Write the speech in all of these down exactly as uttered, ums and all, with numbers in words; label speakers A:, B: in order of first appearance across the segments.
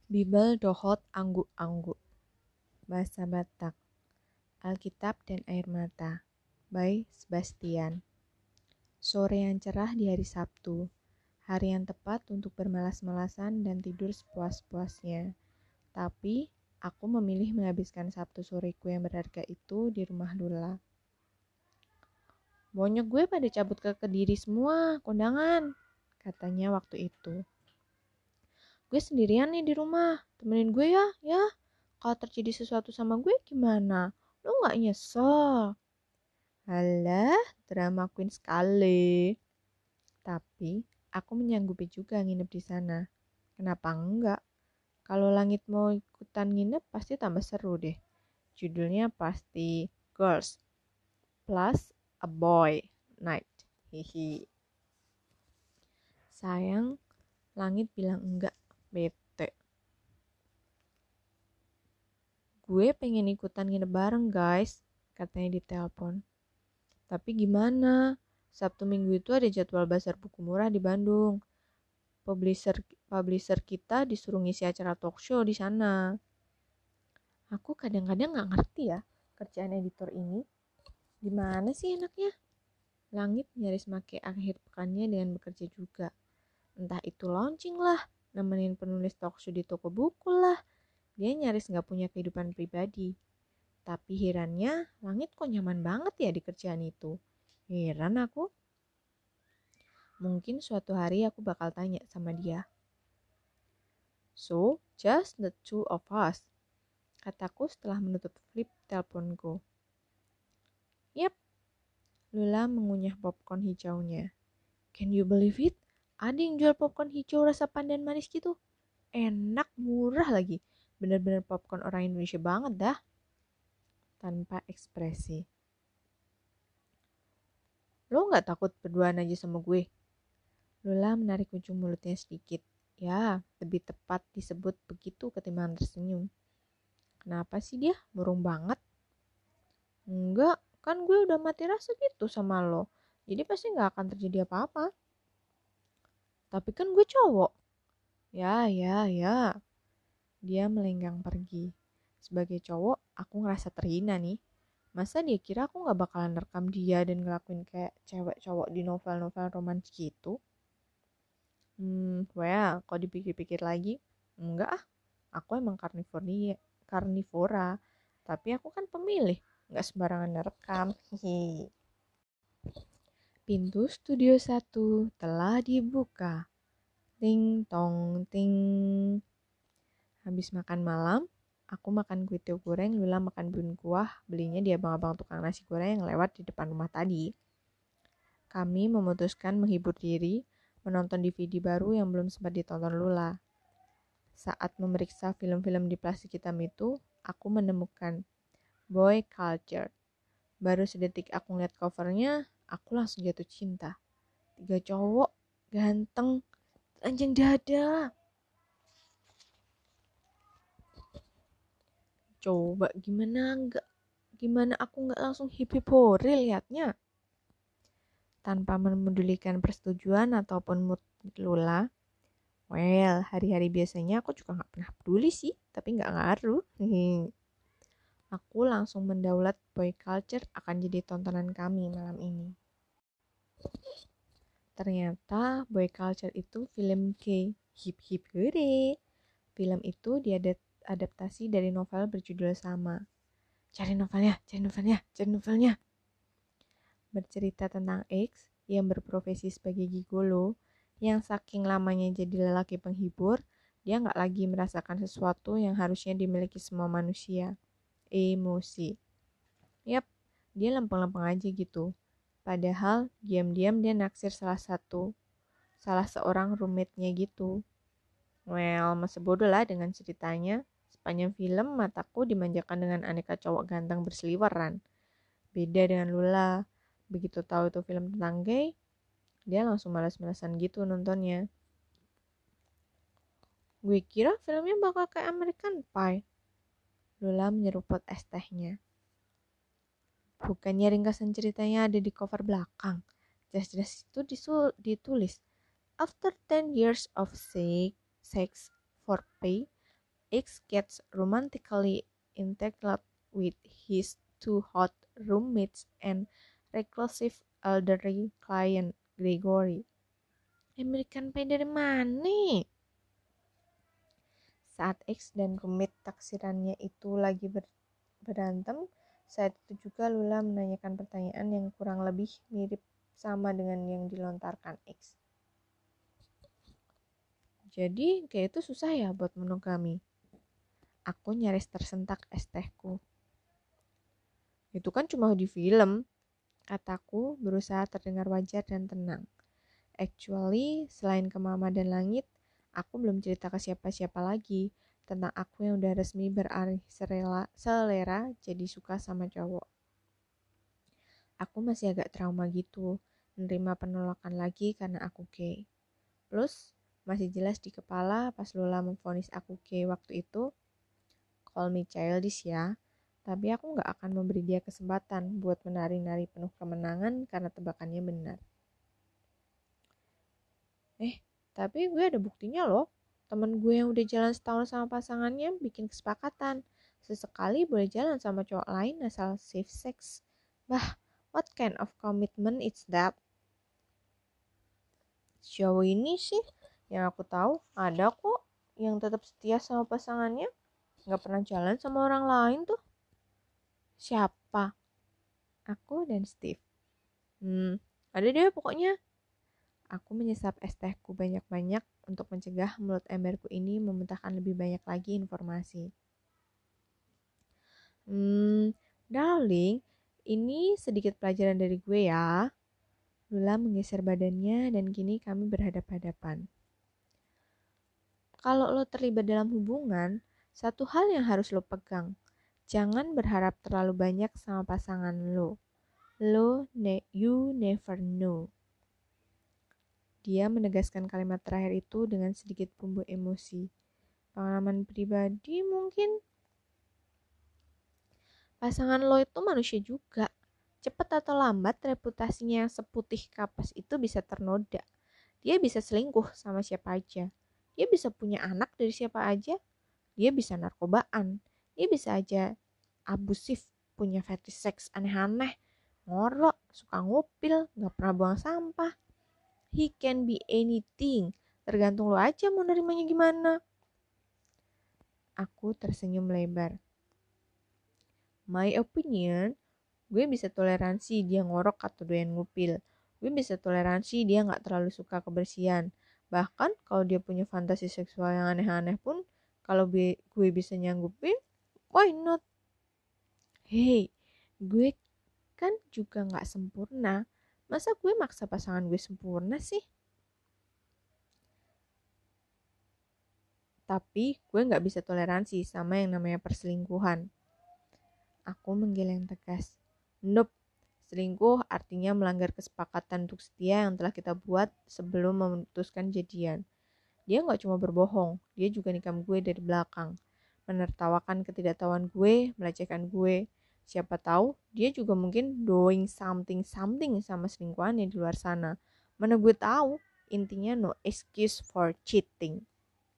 A: Bibel Dohot Angguk-Angguk. Bahasa Batak. Alkitab dan Air Mata. By Sebastian. Sore yang cerah di hari Sabtu. Hari yang tepat untuk bermalas-malasan dan tidur sepuas-puasnya. Tapi, aku memilih menghabiskan Sabtu soreku yang berharga itu di rumah Lula. Bonyok gue pada cabut ke Kediri semua, kondangan, katanya waktu itu. Gue sendirian nih di rumah, temenin gue ya, ya. Kalau terjadi sesuatu sama gue gimana? Lo gak nyesel? Alah, drama queen sekali. Tapi, aku menyanggupi juga nginep di sana. Kenapa enggak? Kalau langit mau ikutan nginep, pasti tambah seru deh. Judulnya pasti Girls plus a Boy Night. Hihi. Sayang, langit bilang enggak, bete. Gue pengen ikutan nginep bareng guys, katanya di telepon. Tapi gimana? Sabtu Minggu itu ada jadwal bazar buku murah di Bandung. Publisher publisher kita disuruh ngisi acara talk show di sana. Aku kadang-kadang nggak ngerti ya kerjaan editor ini. Gimana sih enaknya? Langit nyaris make akhir pekannya dengan bekerja juga. Entah itu launching lah, nemenin penulis talk show di toko buku lah. Dia nyaris nggak punya kehidupan pribadi. Tapi herannya, Langit kok nyaman banget ya di kerjaan itu. Heran aku. Mungkin suatu hari aku bakal tanya sama dia. So, just the two of us, kataku setelah menutup flip teleponku. Yep, Lula mengunyah popcorn hijaunya. Can you believe it? Ada yang jual popcorn hijau rasa pandan manis gitu. Enak, murah lagi. Bener-bener popcorn orang Indonesia banget dah. Tanpa ekspresi. Lo gak takut berduaan aja sama gue? Lula menarik ujung mulutnya sedikit. Ya, lebih tepat disebut begitu ketimbang tersenyum. Kenapa sih dia? Murung banget. Enggak, kan gue udah mati rasa gitu sama lo. Jadi pasti gak akan terjadi apa-apa. Tapi kan gue cowok. Ya, ya, ya. Dia melenggang pergi. Sebagai cowok, aku ngerasa terhina nih. Masa dia kira aku gak bakalan rekam dia dan ngelakuin kayak cewek cowok di novel-novel romantis gitu? Hmm, well, kalau dipikir-pikir lagi, enggak ah. Aku emang karnivora, karnivora. Tapi aku kan pemilih, gak sembarangan nerekam. Hihi. Pintu studio satu telah dibuka. Ting tong ting. Habis makan malam, aku makan kue tiaw goreng, Lula makan bihun kuah, belinya di abang-abang tukang nasi goreng yang lewat di depan rumah tadi. Kami memutuskan menghibur diri, menonton D V D baru yang belum sempat ditonton Lula. Saat memeriksa film-film di plastik hitam itu, aku menemukan Boy Culture. Baru sedetik aku ngeliat covernya, aku langsung jatuh cinta. Tiga cowok, ganteng, telanjang dada. Coba gimana enggak, gimana aku nggak langsung hip hip hore liatnya. Tanpa memedulikan persetujuan ataupun mood Lula. Well, hari-hari biasanya aku juga gak pernah peduli sih, tapi gak ngaruh. Aku langsung mendaulat Boy Culture akan jadi tontonan kami malam ini. Ternyata Boy Culture itu film gay. Hip hip hore. Film itu diadaptasi dari novel berjudul sama. Cari novelnya, cari novelnya, cari novelnya. Bercerita tentang X yang berprofesi sebagai gigolo, yang saking lamanya jadi lelaki penghibur, dia gak lagi merasakan sesuatu yang harusnya dimiliki semua manusia. Emosi. Yap, dia lempeng-lempeng aja gitu. Padahal diam-diam dia naksir salah satu, salah seorang roommate-nya gitu. Well, masa bodoh lah dengan ceritanya. Sepanjang film, mataku dimanjakan dengan aneka cowok ganteng berseliweran. Beda dengan Lula. Begitu tahu itu film tentang gay, dia langsung malas-malasan gitu nontonnya. Gue kira filmnya bakal kayak American Pie. Lula menyeruput es tehnya. Bukannya ringkasan ceritanya ada di cover belakang. Jelas-jelas itu ditulis. After ten years of sex, sex for pay, X gets romantically entangled with his two hot roommates and reclusive elderly client Gregory. American Pie dari mana? Saat X dan roommate taksirannya itu lagi ber- berantem, saat itu juga Lula menanyakan pertanyaan yang kurang lebih mirip sama dengan yang dilontarkan X. Jadi kayak itu susah ya buat monogami. Aku nyaris tersentak es tehku. Itu kan cuma di film, kataku berusaha terdengar wajar dan tenang. Actually, selain ke Mama dan Langit, aku belum cerita ke siapa-siapa lagi tentang aku yang udah resmi beralih selera, selera jadi suka sama cowok. Aku masih agak trauma gitu, menerima penolakan lagi karena aku gay. Plus, masih jelas di kepala pas Lola memvonis aku gay waktu itu, call me childish ya, tapi aku gak akan memberi dia kesempatan buat menari-nari penuh kemenangan karena tebakannya benar. Eh, tapi gue ada buktinya loh. Temen gue yang udah jalan setahun sama pasangannya bikin kesepakatan. Sesekali boleh jalan sama cowok lain asal safe sex. Bah, what kind of commitment is that? Sejauh ini sih, yang aku tahu ada kok yang tetap setia sama pasangannya. Gak pernah jalan sama orang lain tuh. Siapa? Aku dan Steve. Hmm, ada deh pokoknya. Aku menyesap es tehku banyak-banyak untuk mencegah mulut emberku ini memuntahkan lebih banyak lagi informasi. Hmm, darling, ini sedikit pelajaran dari gue ya. Lula menggeser badannya dan kini kami berhadap-hadapan. Kalau lo terlibat dalam hubungan, satu hal yang harus lo pegang. Jangan berharap terlalu banyak sama pasangan lo. Lo, ne- you never know. Dia menegaskan kalimat terakhir itu dengan sedikit bumbu emosi. Pengalaman pribadi mungkin. Pasangan lo itu manusia juga. Cepat atau lambat reputasinya yang seputih kapas itu bisa ternoda. Dia bisa selingkuh sama siapa aja. Dia bisa punya anak dari siapa aja. Dia bisa narkobaan. Dia bisa aja abusif, punya fetish seks aneh-aneh, ngorok, suka ngupil, gak pernah buang sampah. He can be anything. Tergantung lo aja mau nerimanya gimana. Aku tersenyum lebar. My opinion, gue bisa toleransi dia ngorok atau doyan ngupil. Gue bisa toleransi dia gak terlalu suka kebersihan. Bahkan kalau dia punya fantasi seksual yang aneh-aneh pun, kalau gue bisa nyanggupin, why not? Hey, gue kan juga gak sempurna. Masa gue maksa pasangan gue sempurna sih? Tapi gue gak bisa toleransi sama yang namanya perselingkuhan. Aku menggeleng tegas. Nope, selingkuh artinya melanggar kesepakatan untuk setia yang telah kita buat sebelum memutuskan jadian. Dia gak cuma berbohong, dia juga nikam gue dari belakang. Menertawakan ketidaktahuan gue, melecehkan gue. Siapa tahu dia juga mungkin doing something-something sama selingkuhannya di luar sana. Mana gue tahu, intinya no excuse for cheating.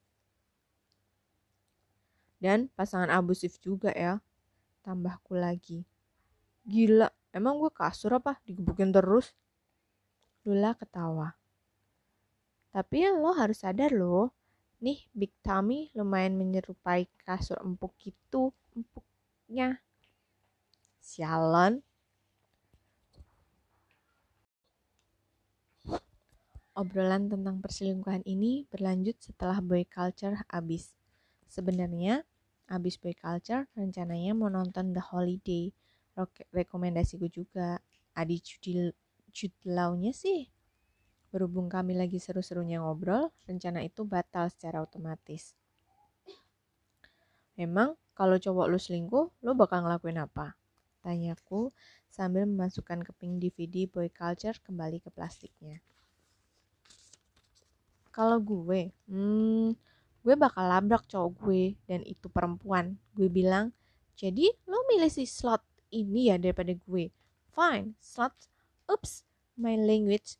A: Dan pasangan abusif juga ya, tambahku lagi. Gila, emang gue kasur apa? Digebukin terus? Lula ketawa. Tapi lo harus sadar loh, nih Big Tummy lumayan menyerupai kasur empuk gitu, empuknya. Sialan. Obrolan tentang perselingkuhan ini berlanjut setelah boy culture habis. Sebenarnya, abis boy culture rencananya mau nonton The Holiday. Rekomendasiku juga. Adi Jude Law-nya sih. Berhubung kami lagi seru-serunya ngobrol, rencana itu batal secara otomatis. Memang kalau cowok lu selingkuh, lu bakal ngelakuin apa? Tanyaku sambil memasukkan keping D V D boy culture kembali ke plastiknya. Kalau gue, hmm, gue bakal labrak cowok gue dan itu perempuan. Gue bilang, jadi lo milih si slot ini ya daripada gue. Fine, slot. Oops, my language.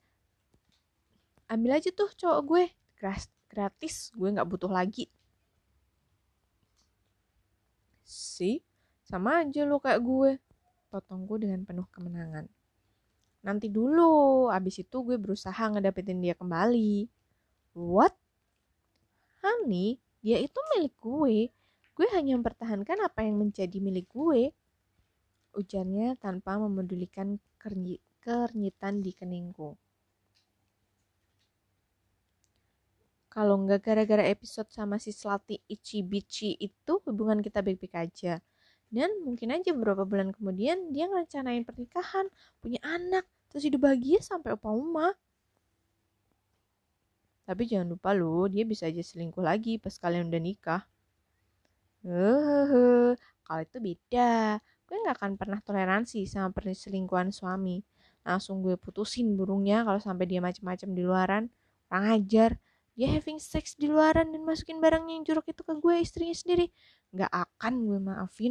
A: Ambil aja tuh cowok gue. Gratis, gue gak butuh lagi. Sih, sama aja lo kayak gue, potongku dengan penuh kemenangan. Nanti dulu, abis itu gue berusaha ngedapetin dia kembali. What? Honey, dia itu milik gue. Gue hanya mempertahankan apa yang menjadi milik gue. Ujarnya tanpa memedulikan kernyitan di keningku. Kalau nggak gara-gara episode sama si Slati Ichi Bichi itu, hubungan kita baik-baik aja. Dan mungkin aja beberapa bulan kemudian dia ngerencanain pernikahan, punya anak, terus hidup bahagia sampai opa uma. Tapi jangan lupa loh, dia bisa aja selingkuh lagi pas kalian udah nikah. Hehehe, kalau itu beda. Gue gak akan pernah toleransi sama perselingkuhan suami. Langsung gue putusin burungnya kalau sampai dia macem-macem di luaran. Kurang ajar. Dia having sex di luaran dan masukin barangnya yang jorok itu ke gue, istrinya sendiri. Gak akan gue maafin.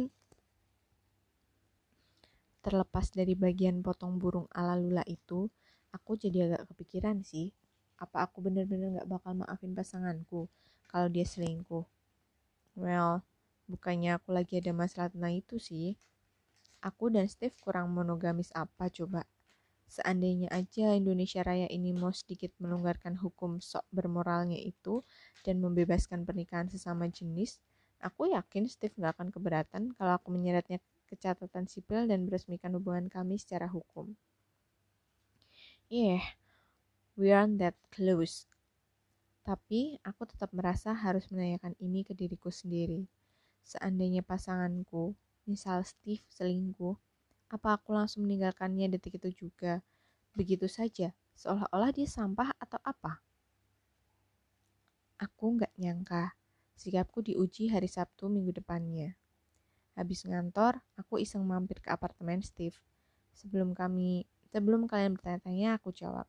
A: Terlepas dari bagian potong burung ala Lula itu, aku jadi agak kepikiran sih. Apa aku bener-bener gak bakal maafin pasanganku kalau dia selingkuh? Well, bukannya aku lagi ada masalah tentang itu sih. Aku dan Steve kurang monogamis apa coba? Seandainya aja Indonesia Raya ini mau sedikit melonggarkan hukum sok bermoralnya itu dan membebaskan pernikahan sesama jenis, aku yakin Steve gak akan keberatan kalau aku menyeretnya ke catatan sipil dan meresmikan hubungan kami secara hukum. Yeah, we aren't that close. Tapi aku tetap merasa harus menanyakan ini ke diriku sendiri. Seandainya pasanganku, misal Steve, selingkuh, apa aku langsung meninggalkannya detik itu juga? Begitu saja, seolah-olah dia sampah atau apa? Aku gak nyangka, sikapku diuji hari Sabtu minggu depannya. Habis ngantor, aku iseng mampir ke apartemen Steve. Sebelum kami, sebelum kalian bertanya-tanya, aku jawab.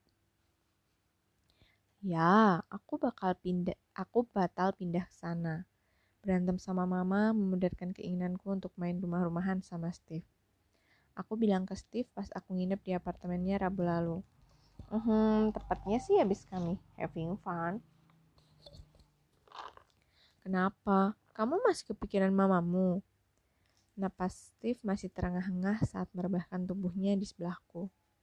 A: Ya, aku bakal pindah, aku batal pindah ke sana. Berantem sama mama memudarkan keinginanku untuk main rumah-rumahan sama Steve. Aku bilang ke Steve pas aku nginep di apartemennya Rabu lalu. Hmm, tepatnya sih habis kami having fun. Kenapa? Kamu masih kepikiran mamamu? Napas Steve masih terengah-engah saat merebahkan tubuhnya di sebelahku.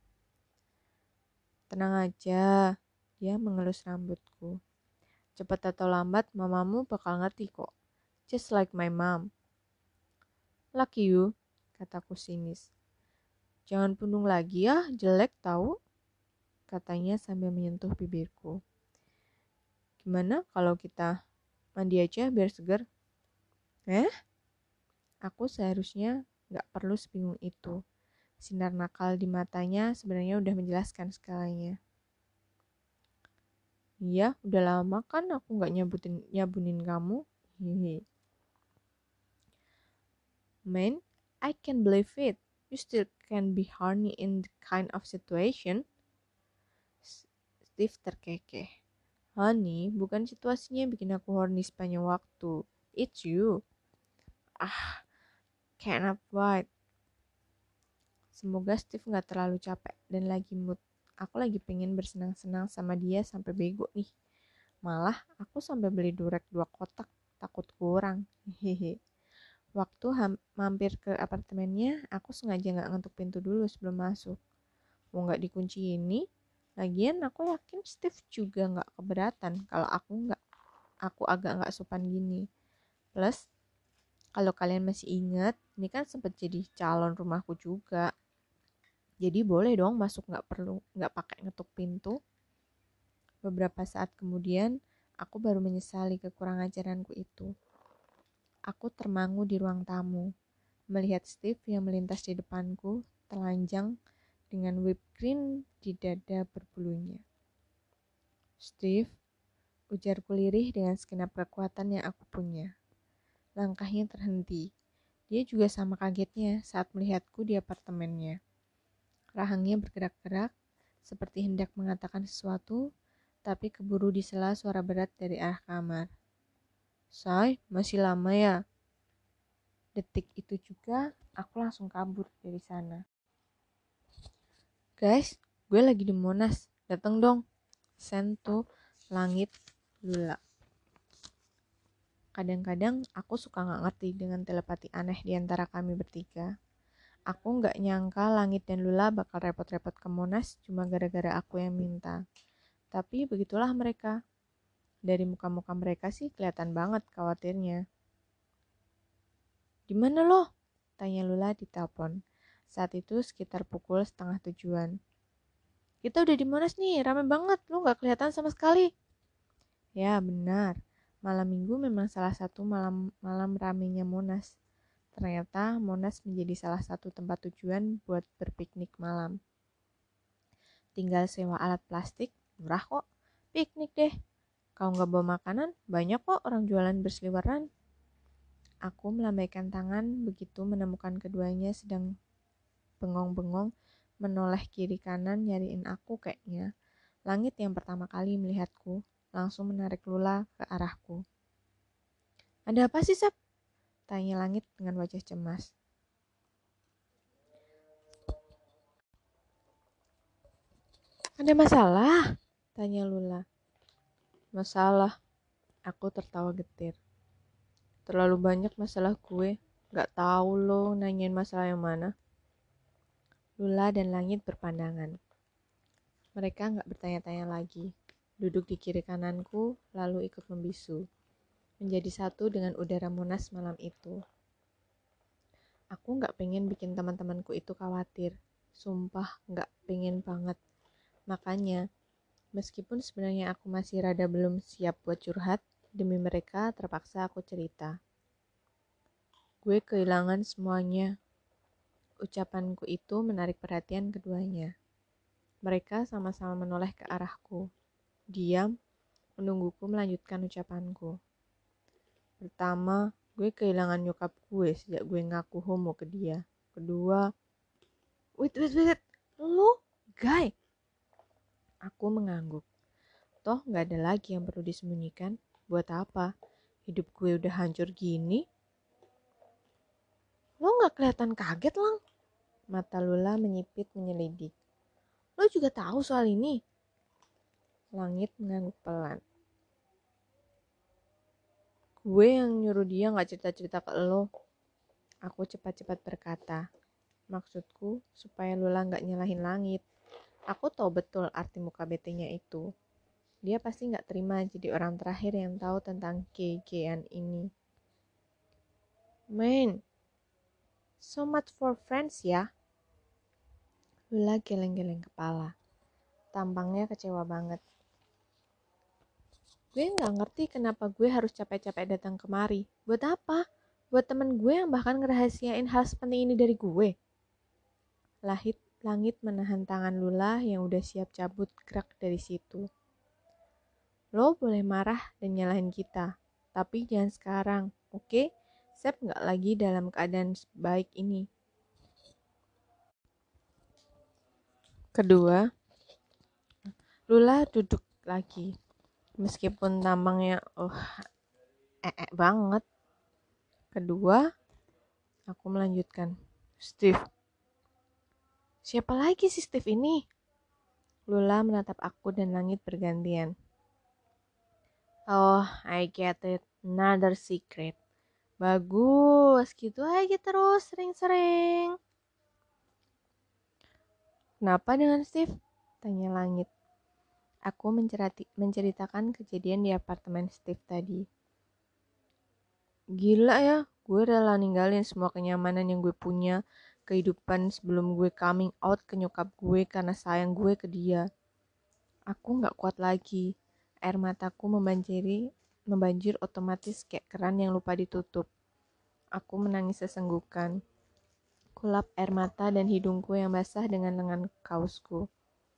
A: Tenang aja, dia mengelus rambutku. Cepat atau lambat mamamu bakal ngerti kok. Just like my mom. Lucky you, kataku sinis. Jangan pundung lagi ya, jelek tahu, katanya sambil menyentuh bibirku. Gimana kalau kita mandi aja biar segar? Eh? Aku seharusnya gak perlu sebingung itu. Sinar nakal di matanya sebenarnya udah menjelaskan segalanya. Iya, udah lama kan aku gak nyabutin, nyabunin kamu. Hihi. Man, I can believe it. You still can be horny in the kind of situation. Steve terkekeh. Honey, bukan situasinya bikin aku horny sepanjang waktu. It's you. Ah, cannot wait. Semoga Steve gak terlalu capek dan lagi mood. Aku lagi pengen bersenang-senang sama dia sampai bego nih. Malah aku sampai beli durek dua kotak, takut kurang. Hehehe. Waktu ham- mampir ke apartemennya, aku sengaja gak ngetuk pintu dulu sebelum masuk. Mau gak dikunci ini, lagian aku yakin Steve juga gak keberatan kalau aku gak, aku agak gak sopan gini. Plus, kalau kalian masih ingat, ini kan sempat jadi calon rumahku juga. Jadi boleh dong masuk gak perlu, gak pakai ngetuk pintu. Beberapa saat kemudian, aku baru menyesali kekurang ajaranku itu. Aku termangu di ruang tamu, melihat Steve yang melintas di depanku, telanjang dengan whipped cream di dada berbulunya. Steve, ujarku lirih dengan segenap kekuatan yang aku punya. Langkahnya terhenti. Dia juga sama kagetnya saat melihatku di apartemennya. Rahangnya bergerak-gerak, seperti hendak mengatakan sesuatu, tapi keburu disela suara berat dari arah kamar. Say, masih lama ya? Detik itu juga, aku langsung kabur dari sana. Guys, gue lagi di Monas. Dateng dong. Send to Langit Lula. Kadang-kadang aku suka gak ngerti dengan telepati aneh di antara kami bertiga. Aku gak nyangka Langit dan Lula bakal repot-repot ke Monas cuma gara-gara aku yang minta. Tapi begitulah mereka. Dari muka-muka mereka sih kelihatan banget khawatirnya. Di mana lo? Tanya Lula di telepon. Saat itu sekitar pukul setengah tujuan. Kita udah di Monas nih, rame banget. Lo gak kelihatan sama sekali. Ya benar, malam minggu memang salah satu malam malam ramenya Monas. Ternyata Monas menjadi salah satu tempat tujuan buat berpiknik malam. Tinggal sewa alat plastik, murah kok. Piknik deh. Kalau nggak bawa makanan, banyak kok orang jualan berseliweran. Aku melambaikan tangan begitu menemukan keduanya sedang bengong-bengong menoleh kiri kanan nyariin aku kayaknya. Langit yang pertama kali melihatku langsung menarik Lula ke arahku. Ada apa sih, Sep? Tanya Langit dengan wajah cemas. Ada masalah? Tanya Lula. Masalah? Aku tertawa getir. Terlalu banyak masalah gue. Gak tahu lo nanyain masalah yang mana. Lula dan Langit berpandangan. Mereka gak bertanya-tanya lagi. Duduk di kiri kananku, lalu ikut membisu. Menjadi satu dengan udara Monas malam itu. Aku gak pengen bikin teman-temanku itu khawatir. Sumpah gak pengen banget. Makanya, meskipun sebenarnya aku masih rada belum siap buat curhat, demi mereka terpaksa aku cerita. Gue kehilangan semuanya. Ucapanku itu menarik perhatian keduanya. Mereka sama-sama menoleh ke arahku. Diam, menungguku melanjutkan ucapanku. Pertama, gue kehilangan nyokap gue sejak gue ngaku homo ke dia. Kedua, wait, wait, wait, lo, guy. Aku mengangguk. Toh gak ada lagi yang perlu disembunyikan. Buat apa? Hidup gue udah hancur gini. Lo gak kelihatan kaget, Lang? Mata Lula menyipit menyelidik. Lo juga tahu soal ini? Langit mengangguk pelan. Gue yang nyuruh dia gak cerita-cerita ke lo. Aku cepat-cepat berkata. Maksudku supaya Lula gak nyalahin Langit. Aku tahu betul arti muka betenya itu. Dia pasti gak terima jadi orang terakhir yang tahu tentang gay-gayan ini. Man, so much for friends ya. Lula geleng-geleng kepala. Tampangnya kecewa banget. Gue gak ngerti kenapa gue harus capek-capek datang kemari. Buat apa? Buat temen gue yang bahkan ngerahasiain hal sepenting ini dari gue. Lahit Langit menahan tangan Lula yang udah siap cabut gerak dari situ. Lo boleh marah dan nyalahin kita, tapi jangan sekarang, oke? Okay? Sep gak lagi dalam keadaan baik ini. Kedua, Lula duduk lagi. Meskipun tampangnya oh ee banget. Kedua, aku melanjutkan. Steve. Siapa lagi sih Steve ini? Lula menatap aku dan Langit bergantian. Oh, I get it. Another secret. Bagus, gitu aja terus sering-sering. Kenapa dengan Steve? Tanya Langit. Aku menceritakan kejadian di apartemen Steve tadi. Gila ya, gue rela ninggalin semua kenyamanan yang gue punya, kehidupan sebelum gue coming out ke nyokap gue karena sayang gue ke dia. Aku gak kuat lagi. Air mataku membanjiri, membanjir otomatis kayak keran yang lupa ditutup. Aku menangis sesenggukan. Kulap air mata dan hidungku yang basah dengan lengan kaosku.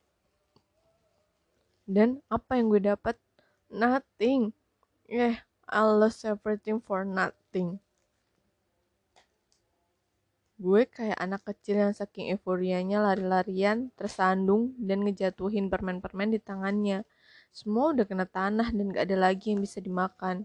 A: Dan apa yang gue dapat? Nothing. Eh, I lost everything for nothing. Gue kayak anak kecil yang saking euforianya lari-larian, tersandung, dan ngejatuhin permen-permen di tangannya. Semua udah kena tanah dan gak ada lagi yang bisa dimakan.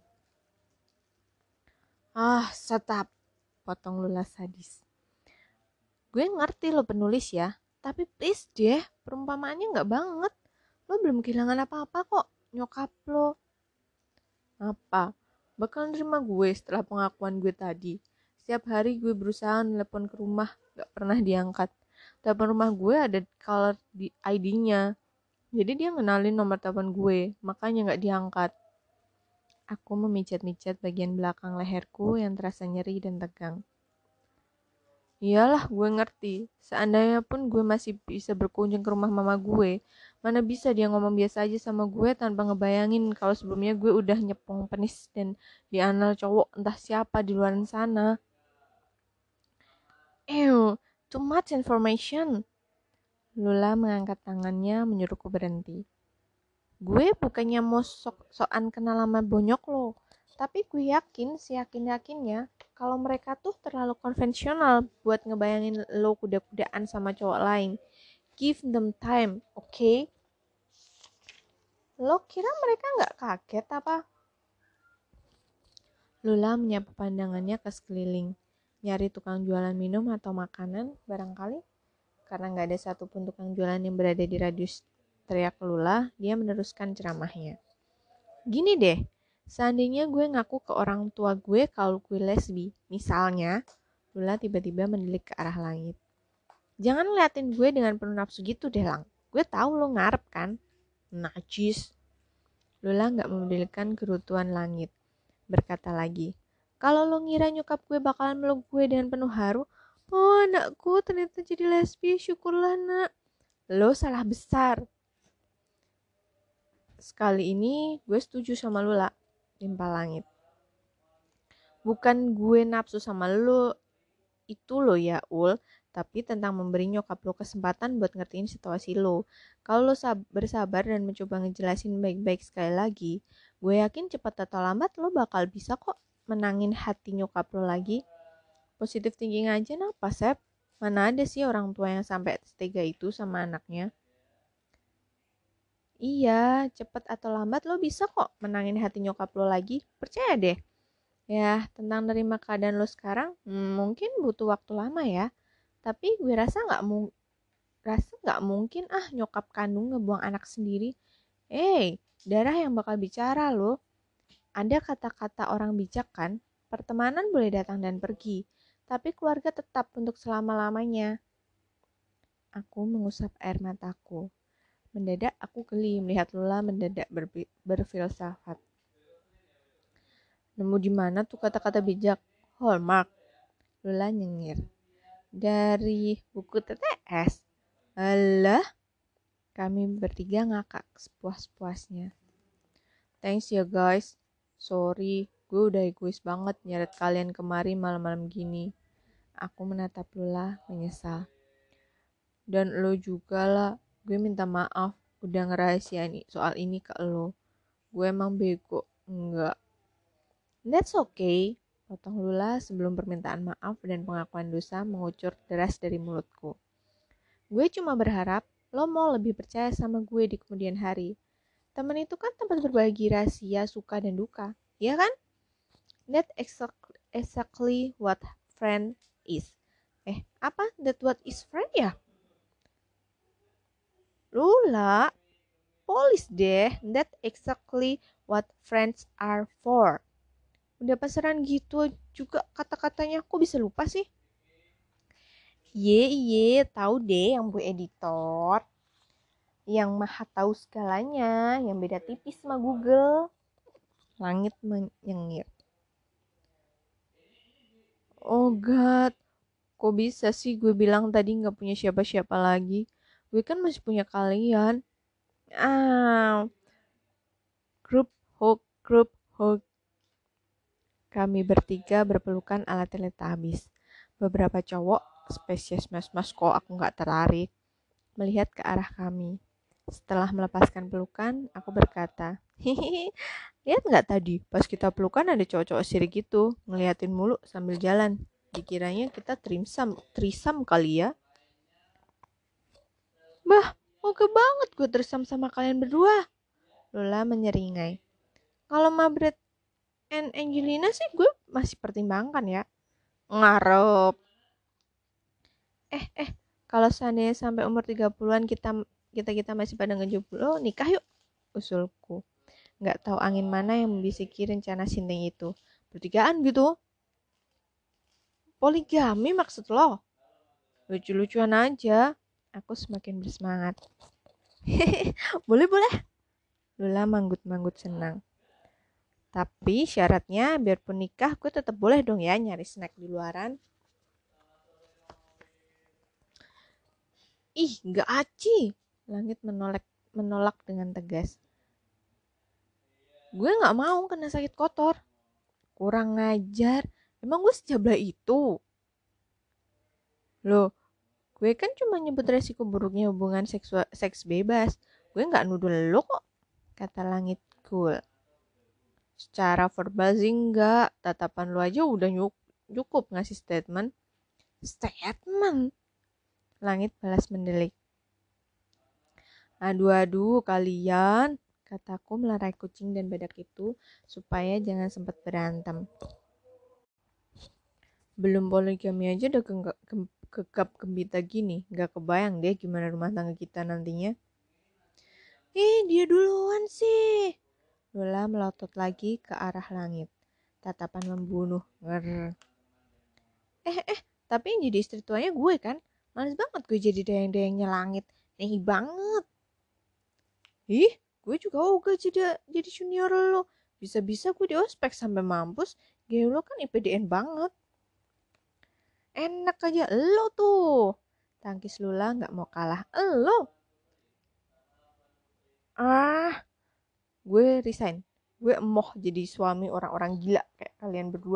A: Ah, shut up. Potong Lula sadis. Gue ngerti lo penulis ya, tapi please deh, perumpamaannya gak banget. Lo belum kehilangan apa-apa kok, nyokap lo. Apa? bakal nerima gue setelah pengakuan gue tadi. Setiap hari gue berusaha nelpon ke rumah, gak pernah diangkat. Telepon rumah gue ada caller di I D-nya. Jadi dia ngenalin nomor telepon gue, makanya gak diangkat. Aku memijat-mijat bagian belakang leherku yang terasa nyeri dan tegang. Iyalah, gue ngerti. Seandainya pun gue masih bisa berkunjung ke rumah mama gue, mana bisa dia ngomong biasa aja sama gue tanpa ngebayangin kalau sebelumnya gue udah nyepong penis dan dianal cowok entah siapa di luar sana. Ew, too much information. Lula mengangkat tangannya menyuruhku berhenti. Gue bukannya mau sok-sokan kenal sama bonyok lo, tapi gue yakin, seyakin-yakinnya kalau mereka tuh terlalu konvensional buat ngebayangin lo kuda-kudaan sama cowok lain. Give them time, oke? Okay? Lo kira mereka gak kaget apa? Lula menyapu pandangannya ke sekeliling, nyari tukang jualan minum atau makanan barangkali. Karena gak ada satupun tukang jualan yang berada di radius teriak Lula, dia meneruskan ceramahnya. Gini deh, seandainya gue ngaku ke orang tua gue kalau gue lesbi, misalnya, Lula tiba-tiba mendelik ke arah langit. Jangan liatin gue dengan penuh nafsu gitu deh, Lang. Gue tahu lo ngarep kan? Najis. Lula gak memedulikan kerutuan langit. Berkata lagi, kalau lo ngira nyokap gue bakalan meluk gue dengan penuh haru, oh anakku ternyata jadi lesbi, syukurlah nak. Lo salah besar. Sekali ini gue setuju sama Lula, timpal langit. Bukan gue nafsu sama lo itu lo ya Ul, tapi tentang memberi nyokap lo kesempatan buat ngertiin situasi lo. Kalau lo sab- bersabar dan mencoba ngejelasin baik-baik sekali lagi, gue yakin cepat atau lambat lo bakal bisa kok menangin hati nyokap lo lagi. Positive thinking aja napa Sep? Mana ada sih orang tua yang sampai setega itu sama anaknya? Iya, cepet atau lambat lo bisa kok menangin hati nyokap lo lagi. Percaya deh. Ya, tentang nerima keadaan lo sekarang, hmm, mungkin butuh waktu lama ya. Tapi gue rasa nggak mu- rasa nggak mungkin ah nyokap kandung ngebuang anak sendiri. Eh, hey, darah yang bakal bicara lo. Ada kata-kata orang bijak kan, pertemanan boleh datang dan pergi, tapi keluarga tetap untuk selama-lamanya. Aku mengusap air mataku. Mendadak aku geli melihat Lula mendadak ber- berfilsafat. Nemu di mana tuh kata-kata bijak? Hallmark. Lula nyengir. Dari buku T T S. Alah. Kami bertiga ngakak sepuas-puasnya. Thanks ya guys. Sorry, gue udah egois banget nyeret kalian kemari malam-malam gini. Aku menatap Lula menyesal. Dan lo juga lah. Gue minta maaf udah ngerahasiain soal ini ke lo. Gue emang bego. Enggak. That's okay. Potong Lula sebelum permintaan maaf dan pengakuan dosa mengucur deras dari mulutku. Gue cuma berharap lo mau lebih percaya sama gue di kemudian hari. Temen itu kan tempat berbagi rahasia, suka dan duka. Ya kan? That's exactly, exactly what friend is. Eh, apa? That what is friend ya? Lula, polis deh. That exactly what friends are for. Udah pasaran gitu juga kata-katanya, kok bisa lupa sih? Iye, iye, tahu deh yang Bu Editor. Yang maha tahu segalanya, yang beda tipis sama Google. Langit menyengir. Oh God, kok bisa sih gue bilang tadi gak punya siapa-siapa lagi? Gue kan masih punya kalian. Ah, grup hug, grup hug. Kami bertiga berpelukan ala teletabis. Beberapa cowok, spesies mas-mas kok aku gak tertarik, melihat ke arah kami. Setelah melepaskan pelukan, aku berkata, hihihi, lihat gak tadi? Pas kita pelukan ada cowok-cowok sirik gitu, ngeliatin mulu sambil jalan. Dikiranya kita trisam, trisam kali ya. Bah, oke banget gue trisam sama kalian berdua. Lola menyeringai. Kalau Mabret and Angelina sih gue masih pertimbangkan ya. Ngarep. Eh, eh, kalau seandainya sampai umur tiga puluhan kita kita kita masih pada ngejomblo, nikah yuk, usulku. Nggak tahu angin mana yang membisiki rencana sinting itu. Bertigaan gitu. Poligami maksud lo? Lucu-lucuan aja. Aku semakin bersemangat. Boleh-boleh. Lula manggut-manggut senang. Tapi syaratnya biarpun nikah gue tetap boleh dong ya nyari snack di luaran. Ih, gak aci. Langit menolak, menolak dengan tegas. Gue gak mau kena sakit kotor. Kurang ngajar. Emang gue sejabla itu? Loh, gue kan cuma nyebut resiko buruknya hubungan seksual, seks bebas. Gue gak nuduh lo kok, kata langit cool. Secara verbal sih enggak, tatapan lu aja udah cukup ngasih statement. Statement? Langit balas mendelik. Aduh-aduh kalian, kataku melerai kucing dan badak itu supaya jangan sempat berantem. Belum poligami aja udah gegap gembita gini, gak kebayang deh gimana rumah tangga kita nantinya. Eh, dia duluan sih. Lula melotot lagi ke arah langit. Tatapan membunuh. Ngerr. Eh, eh, tapi yang jadi istri tuanya gue kan. Males banget gue jadi dayang-dayangnya langit. Nih banget. Ih, gue juga ogah jadi, jadi junior lo. Bisa-bisa gue di ospek sampai mampus. Gaya lo kan I P D N banget. Enak aja lo tuh. Tangkis Lula gak mau kalah. Lo. Ah, gue resign. Gue emoh jadi suami orang-orang gila kayak kalian berdua.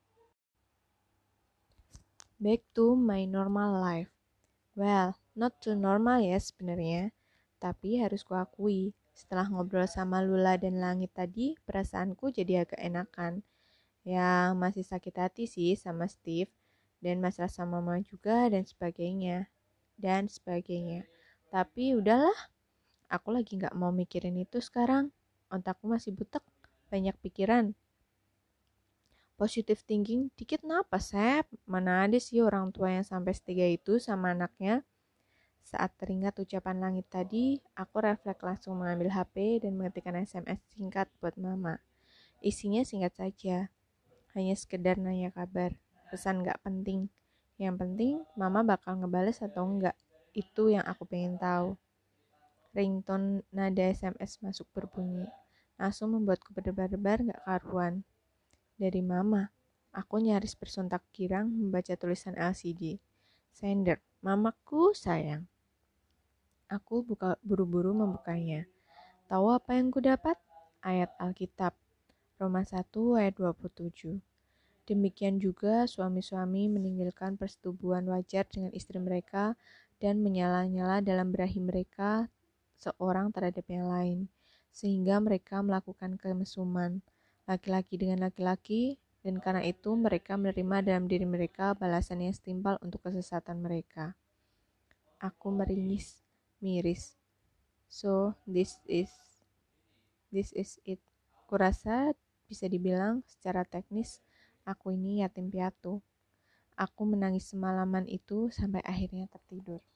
A: Back to my normal life. Well, not too normal ya sebenarnya. Tapi harus kuakui, setelah ngobrol sama Lula dan Langit tadi, perasaanku jadi agak enakan. Ya, masih sakit hati sih sama Steve. Dan masalah sama Mama juga dan sebagainya. Dan sebagainya. Tapi udahlah, aku lagi gak mau mikirin itu sekarang. Otakku masih butek, banyak pikiran. Positive thinking dikit napa, Sep? Mana ada sih orang tua yang sampai setiga itu sama anaknya? Saat teringat ucapan Langit tadi, aku refleks langsung mengambil H P dan mengetikkan S M S singkat buat Mama. Isinya singkat saja, hanya sekedar nanya kabar. Pesan gak penting. Yang penting, Mama bakal ngebales atau enggak. Itu yang aku pengen tahu. Ringtone nada S M S masuk berbunyi. Langsung membuatku berdebar-debar gak karuan. Dari Mama, aku nyaris bersontak girang membaca tulisan L C D. Sender, mamaku sayang. Aku buka, buru-buru membukanya. Tahu apa yang ku dapat? Ayat Alkitab, Roma satu ayat dua puluh tujuh. Demikian juga suami-suami meninggalkan persetubuhan wajar dengan istri mereka dan menyala-nyala dalam berahi mereka seorang terhadap yang lain, sehingga mereka melakukan kemesuman, laki-laki dengan laki-laki, dan karena itu mereka menerima dalam diri mereka balasan yang setimpal untuk kesesatan mereka. Aku meringis, miris. So, this is this is it. Kurasa bisa dibilang secara teknis, aku ini yatim piatu. Aku menangis semalaman itu sampai akhirnya tertidur.